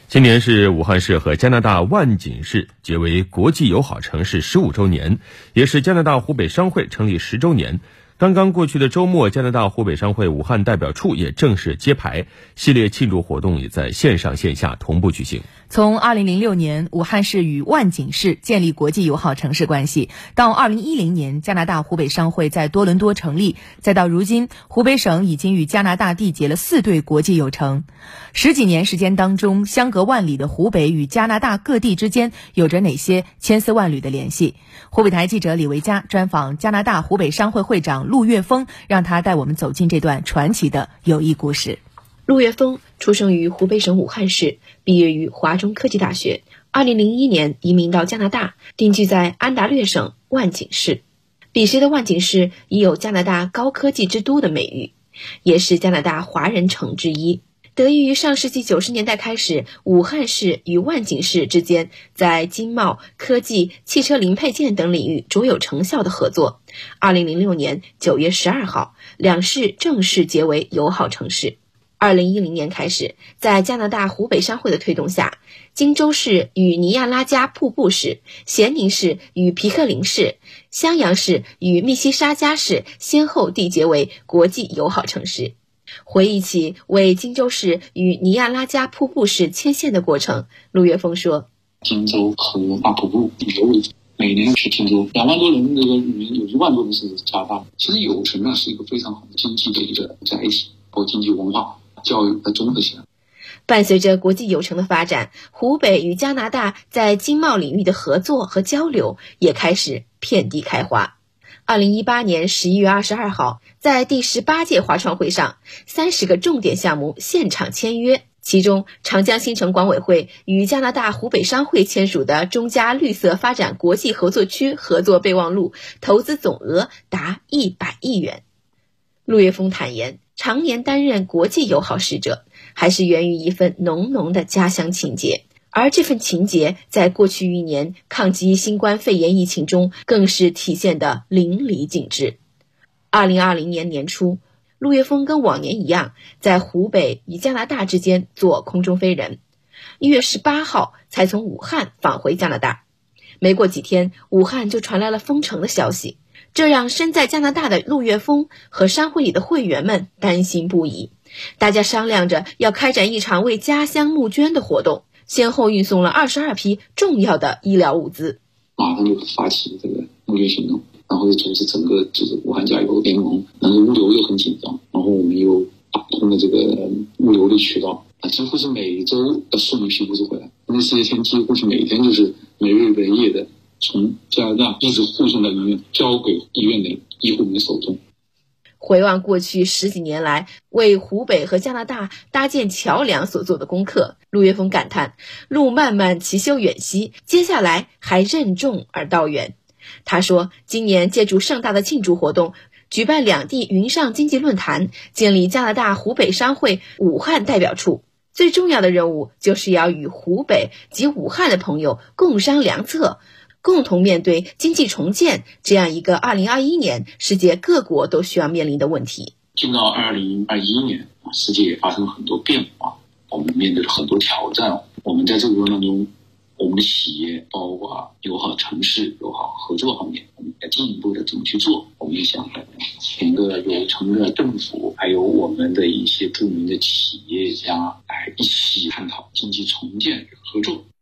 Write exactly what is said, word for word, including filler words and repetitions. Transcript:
今年是武汉市和加拿大万锦市结为国际友好城市十五周年，也是加拿大湖北商会成立十周年。刚刚过去的周末，加拿大湖北商会武汉代表处也正式揭牌，系列庆祝活动也在线上线下同步举行。 从二零零六年武汉市与万锦市建立国际友好城市关系，到二零一零年加拿大湖北商会在多伦多成立，再到如今湖北省已经与加拿大缔结了四对国际友城。十几年时间当中，相隔万里的湖北与加拿大各地之间有着哪些千丝万缕的联系？湖北台记者李维嘉专访加拿大湖北商会会长陆月峰，让他带我们走进这段传奇的友谊故事。 陆月峰出生于湖北省武汉市，毕业于华中科技大学。二零零一年移民到加拿大，定居在安大略省万锦市。彼时的万锦市已有加拿大高科技之都的美誉，也是加拿大华人城之一。得益于上世纪九十年代开始，武汉市与万锦市之间在经贸、科技、汽车零配件等领域卓有成效的合作。二零零六年九月十二号，两市正式结为友好城市。二零一零年开始，在加拿大湖北商会的推动下，荆州市与尼亚拉加瀑布市、咸宁市与皮克林市、襄阳市与密西沙加市先后缔结为国际友好城市。回忆起为荆州市与尼亚拉加瀑布市牵线的过程，陆月峰说： 荆州和大瀑布旅游为主，每年去荆州两万多人，这个里面有一万多人是加拿大。其实友城呢是一个非常好的经济的一个在一起，包括经济文化教育的综合性。 伴随着国际友城的发展，湖北与加拿大在经贸领域的合作和交流也开始遍地开花。二零一八年十一月二十二号，在第十八届华创会上，三十个重点项目现场签约，其中长江新城管委会与加拿大湖北商会签署的中加绿色发展国际合作区合作备忘录，投资总额达一百亿元。陆月峰坦言，常年担任国际友好使者，还是源于一份浓浓的家乡情结。而这份情结在过去一年抗击新冠肺炎疫情中更是体现得淋漓尽致。二零二零年年初，陆月峰跟往年一样，在湖北与加拿大之间做空中飞人。一月十八号才从武汉返回加拿大。没过几天，武汉就传来了封城的消息，这让身在加拿大的陆月峰和商会里的会员们担心不已。大家商量着要开展一场为家乡募捐的活动，先后运送了二十二批重要的医疗物资， 马上就发起这个募捐行动，然后就组织整个就是武汉加油联盟，然后物流又很紧张，然后我们又打通了这个物流的渠道，啊，几乎是每周的送一批物资回来。那些天几乎是每天就是没日没夜的从加拿大一直护送到医院，交给医院的医护人的手中。 回望过去十几年来为湖北和加拿大搭建桥梁所做的功课，陆月峰感叹，路漫漫其修远兮，接下来还任重而道远。他说，今年借助盛大的庆祝活动，举办两地云上经济论坛，建立加拿大湖北商会武汉代表处，最重要的任务就是要与湖北及武汉的朋友共商良策，共同面对经济重建这样一个二零二一年世界各国都需要面临的问题。 进到二零二一年，世界也发生了很多变化，我们面对了很多挑战。我们在这个过程当中，我们的企业包括友好城市、友好合作方面，我们要进一步的怎么去做？我们也想请个友城的政府，还有我们的一些著名的企业家来一起探讨经济重建合作。